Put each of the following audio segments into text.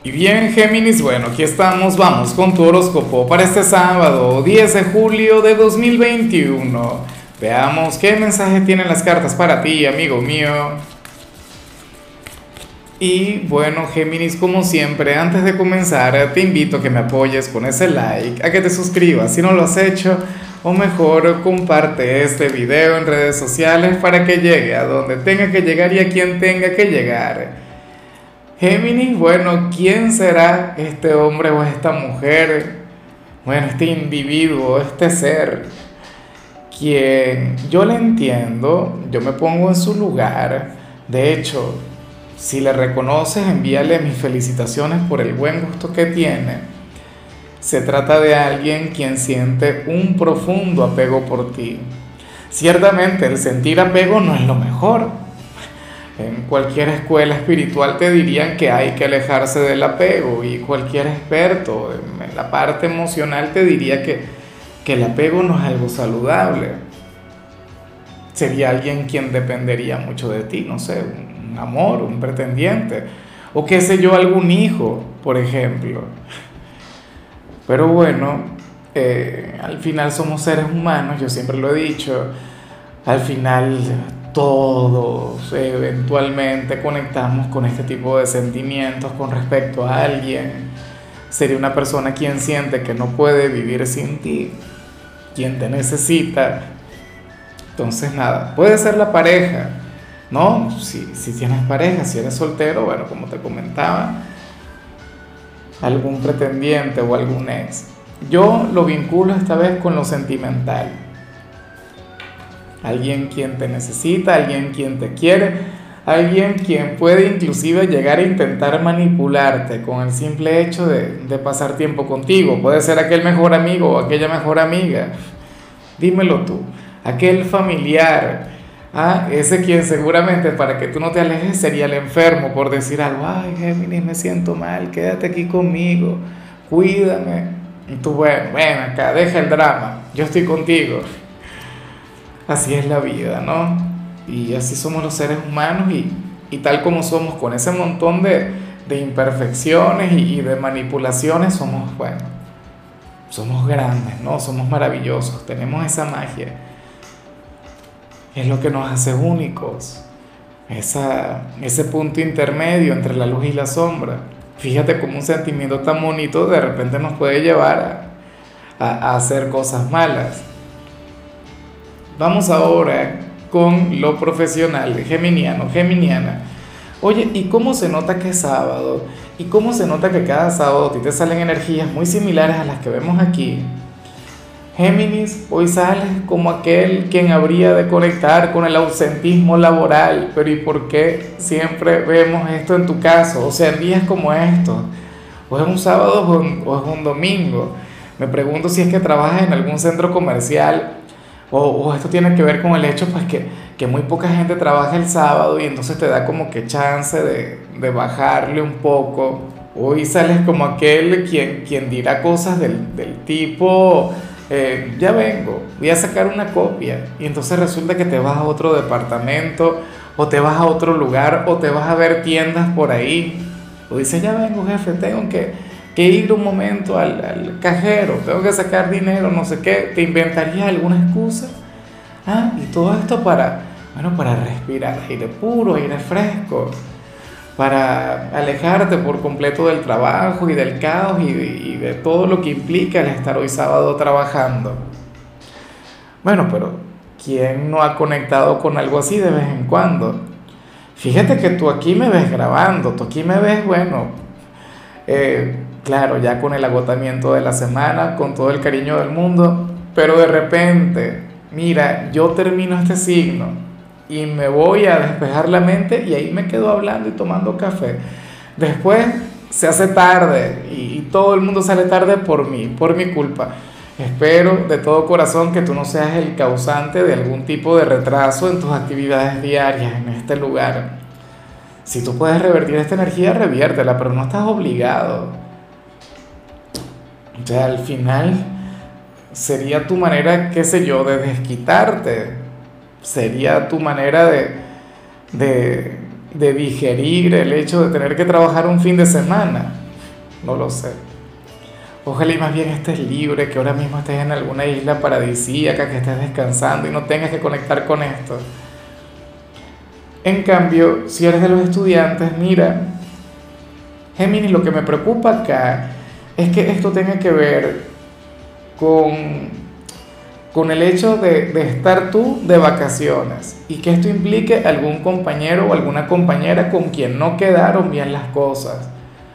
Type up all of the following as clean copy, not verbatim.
Y bien, Géminis, bueno, aquí estamos, vamos con tu horóscopo para este sábado, 10 de julio de 2021. Veamos qué mensaje tienen las cartas para ti, amigo mío. Y bueno, Géminis, como siempre, antes de comenzar, te invito a que me apoyes con ese like, a que te suscribas si no lo has hecho, o mejor, comparte este video en redes sociales para que llegue a donde tenga que llegar y a quien tenga que llegar. Géminis, bueno, ¿quién será este hombre o esta mujer? Bueno, este individuo, este ser, quien yo le entiendo, yo me pongo en su lugar. De hecho, si le reconoces, envíale mis felicitaciones por el buen gusto que tiene. Se trata de alguien quien siente un profundo apego por ti. Ciertamente, el sentir apego no es lo mejor. En cualquier escuela espiritual te dirían que hay que alejarse del apego y cualquier experto en la parte emocional te diría que el apego no es algo saludable. Sería alguien quien dependería mucho de ti, no sé, un amor, un pretendiente, o qué sé yo, algún hijo, por ejemplo. Pero bueno, al final somos seres humanos, yo siempre lo he dicho, al final todos eventualmente conectamos con este tipo de sentimientos con respecto a alguien. Sería una persona quien siente que no puede vivir sin ti, quien te necesita. Entonces nada, puede ser la pareja, ¿no? Si tienes pareja, si eres soltero, bueno, como te comentaba, algún pretendiente o algún ex. Yo lo vinculo esta vez con lo sentimental. Alguien quien te necesita, alguien quien te quiere, alguien quien puede inclusive llegar a intentar manipularte con el simple hecho de pasar tiempo contigo. Puede ser aquel mejor amigo o aquella mejor amiga. Dímelo tú, aquel familiar, ese quien seguramente para que tú no te alejes sería el enfermo por decir algo. Ay, Géminis, me siento mal, quédate aquí conmigo, cuídame. Y tú, bueno, ven acá, deja el drama, yo estoy contigo. Así es la vida, ¿no? Y así somos los seres humanos y tal como somos con ese montón de imperfecciones y de manipulaciones, somos, bueno, somos grandes, ¿no? Somos maravillosos, tenemos esa magia. Es lo que nos hace únicos, ese punto intermedio entre la luz y la sombra. Fíjate cómo un sentimiento tan bonito de repente nos puede llevar a hacer cosas malas. Vamos ahora con lo profesional, geminiano, geminiana. Oye, ¿y cómo se nota que es sábado? ¿Y cómo se nota que cada sábado a ti te salen energías muy similares a las que vemos aquí? Géminis, hoy sales como aquel quien habría de conectar con el ausentismo laboral, pero ¿y por qué siempre vemos esto en tu caso? O sea, en días como estos, o es un sábado o es un domingo. Me pregunto si es que trabajas en algún centro comercial. O esto tiene que ver con el hecho pues que muy poca gente trabaja el sábado y entonces te da como que chance de bajarle un poco. Hoy sales como aquel quien dirá cosas del tipo, ya vengo, voy a sacar una copia. Y entonces resulta que te vas a otro departamento o te vas a otro lugar o te vas a ver tiendas por ahí. O dices, ya vengo jefe, tengo que ir un momento al cajero, tengo que sacar dinero, no sé qué, ¿te inventarías alguna excusa? Y todo esto bueno, para respirar aire puro, aire fresco, para alejarte por completo del trabajo y del caos y de todo lo que implica el estar hoy sábado trabajando. Bueno, pero ¿quién no ha conectado con algo así de vez en cuando? Fíjate que tú aquí me ves grabando, tú aquí me ves, bueno, claro, ya con el agotamiento de la semana, con todo el cariño del mundo, pero de repente, mira, yo termino este signo y me voy a despejar la mente y ahí me quedo hablando y tomando café. Después se hace tarde y todo el mundo sale tarde por mí, por mi culpa. Espero de todo corazón que tú no seas el causante de algún tipo de retraso en tus actividades diarias en este lugar. Si tú puedes revertir esta energía, reviértela, pero no estás obligado. O sea, al final sería tu manera, qué sé yo, de desquitarte. Sería tu manera de digerir el hecho de tener que trabajar un fin de semana. no lo sé. Ojalá y más bien estés libre, que ahora mismo estés en alguna isla paradisíaca, que estés descansando y no tengas que conectar con esto. En cambio, si eres de los estudiantes, mira, Géminis, lo que me preocupa acá es que esto tenga que ver con, con el hecho de estar tú de vacaciones y que esto implique algún compañero o alguna compañera con quien no quedaron bien las cosas.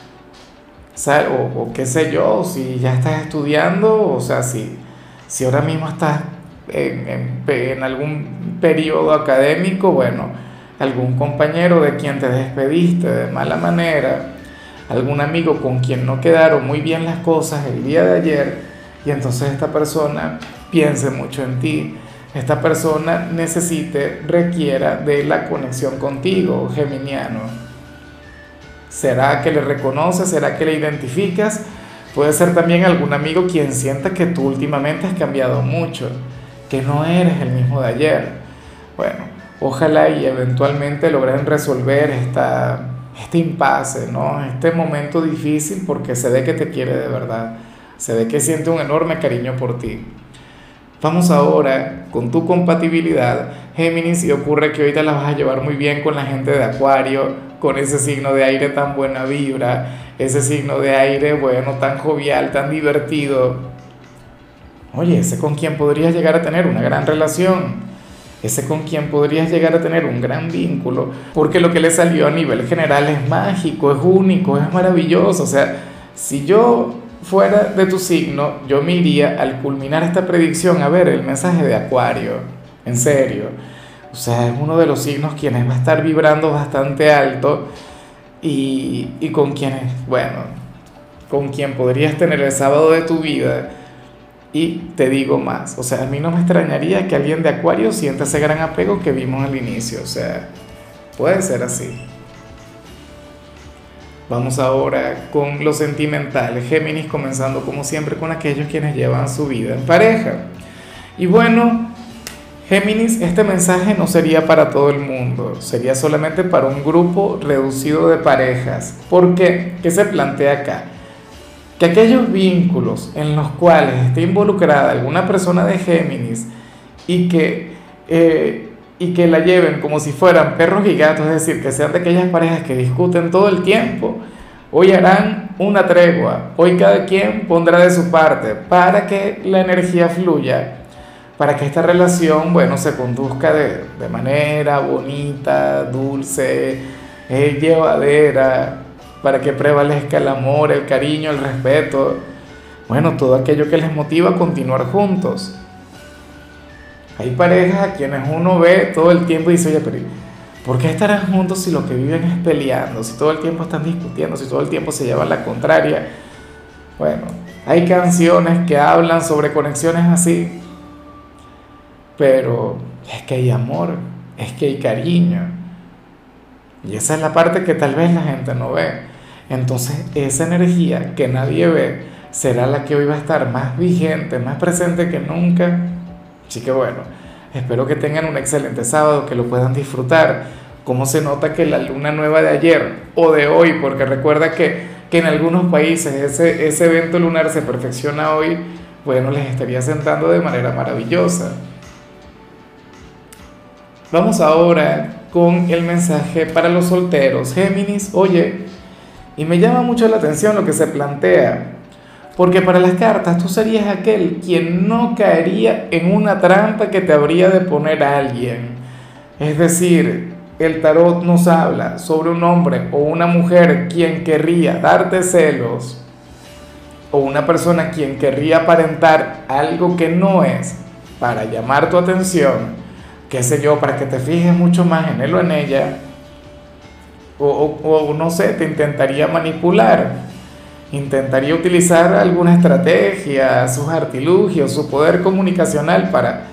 O qué sé yo, si ya estás estudiando, o sea, si ahora mismo estás en algún periodo académico, bueno, algún compañero de quien te despediste de mala manera, algún amigo con quien no quedaron muy bien las cosas el día de ayer, y entonces esta persona piense mucho en ti, esta persona requiera de la conexión contigo, geminiano. ¿Será que le reconoces? ¿Será que le identificas? Puede ser también algún amigo quien sienta que tú últimamente has cambiado mucho, que no eres el mismo de ayer. Bueno, ojalá y eventualmente logren resolver este impasse, ¿no? Este momento difícil, porque se ve que te quiere de verdad, se ve que siente un enorme cariño por ti. Vamos ahora con tu compatibilidad, Géminis, y ocurre que ahorita la vas a llevar muy bien con la gente de Acuario, con ese signo de aire tan buena vibra, ese signo de aire, bueno, tan jovial, tan divertido. Oye, ese con quien podrías llegar a tener una gran relación, ese con quien podrías llegar a tener un gran vínculo, porque lo que le salió a nivel general es mágico, es único, es maravilloso. O sea, si yo fuera de tu signo, yo me iría al culminar esta predicción a ver el mensaje de Acuario, en serio. O sea, es uno de los signos quienes va a estar vibrando bastante alto y con quienes, bueno, con quien podrías tener el sábado de tu vida. Y te digo más, o sea, a mí no me extrañaría que alguien de Acuario sienta ese gran apego que vimos al inicio. O sea, puede ser así. Vamos ahora con lo sentimental, Géminis, comenzando como siempre con aquellos quienes llevan su vida en pareja. Y bueno, Géminis, este mensaje no sería para todo el mundo, sería solamente para un grupo reducido de parejas. ¿Por qué? ¿Qué se plantea acá? Que aquellos vínculos en los cuales esté involucrada alguna persona de Géminis y que la lleven como si fueran perros y gatos, es decir, que sean de aquellas parejas que discuten todo el tiempo, hoy harán una tregua, hoy cada quien pondrá de su parte para que la energía fluya, para que esta relación, bueno, se conduzca de manera bonita, dulce, llevadera, para que prevalezca el amor, el cariño, el respeto, bueno, todo aquello que les motiva a continuar juntos. Hay parejas a quienes uno ve todo el tiempo y dice, oye, pero ¿por qué estarán juntos si lo que viven es peleando? Si todo el tiempo están discutiendo, si todo el tiempo se llevan la contraria. Bueno, hay canciones que hablan sobre conexiones así, pero es que hay amor, es que hay cariño. Y esa es la parte que tal vez la gente no ve. Entonces, esa energía que nadie ve será la que hoy va a estar más vigente, más presente que nunca. Así que bueno, espero que tengan un excelente sábado, que lo puedan disfrutar. Cómo se nota que la luna nueva de ayer o de hoy, porque recuerda que en algunos países ese evento lunar se perfecciona hoy, bueno, les estaría sentando de manera maravillosa. Vamos ahora con el mensaje para los solteros, Géminis. Oye, y me llama mucho la atención lo que se plantea. Porque para las cartas tú serías aquel quien no caería en una trampa que te habría de poner a alguien. Es decir, el tarot nos habla sobre un hombre o una mujer quien querría darte celos, o una persona quien querría aparentar algo que no es para llamar tu atención, qué sé yo, para que te fijes mucho más en él o en ella, o no sé, te intentaría manipular. Intentaría utilizar alguna estrategia, sus artilugios, su poder comunicacional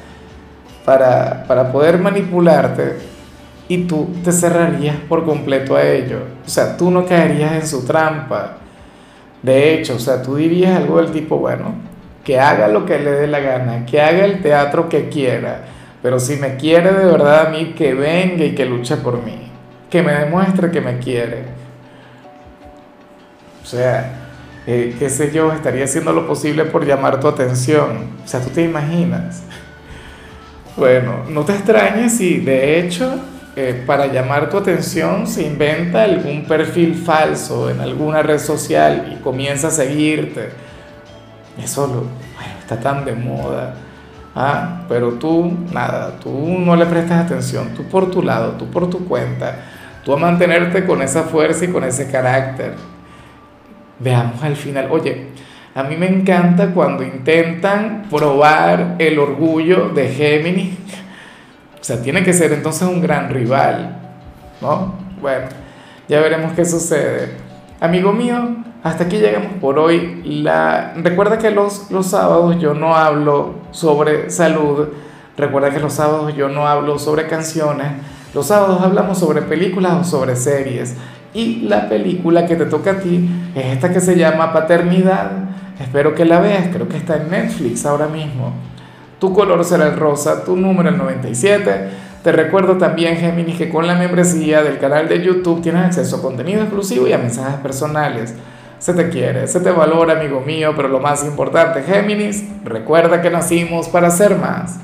para poder manipularte, y tú te cerrarías por completo a ello. O sea, tú no caerías en su trampa. De hecho, o sea, tú dirías algo del tipo, bueno, que haga lo que le dé la gana, que haga el teatro que quiera, pero si me quiere de verdad a mí, que venga y que luche por mí, que me demuestre que me quiere. O sea, qué sé yo, estaría haciendo lo posible por llamar tu atención. O sea, tú te imaginas. Bueno, no te extrañes si de hecho para llamar tu atención se inventa algún perfil falso en alguna red social y comienza a seguirte. Eso bueno, está tan de moda. Ah, pero tú, nada, tú no le prestas atención, tú por tu lado, tú por tu cuenta, tú a mantenerte con esa fuerza y con ese carácter. Veamos al final. Oye, a mí me encanta cuando intentan probar el orgullo de Géminis. O sea, tiene que ser entonces un gran rival, ¿no? Bueno, ya veremos qué sucede. Amigo mío, hasta aquí llegamos por hoy. Recuerda que los sábados yo no hablo sobre salud. Recuerda que los sábados yo no hablo sobre canciones. Los sábados hablamos sobre películas o sobre series. Y la película que te toca a ti es esta que se llama Paternidad. Espero que la veas, creo que está en Netflix ahora mismo. Tu color será el rosa, tu número el 97. Te recuerdo también, Géminis, que con la membresía del canal de YouTube tienes acceso a contenido exclusivo y a mensajes personales. Se te quiere, se te valora, amigo mío, pero lo más importante, Géminis, recuerda que nacimos para ser más.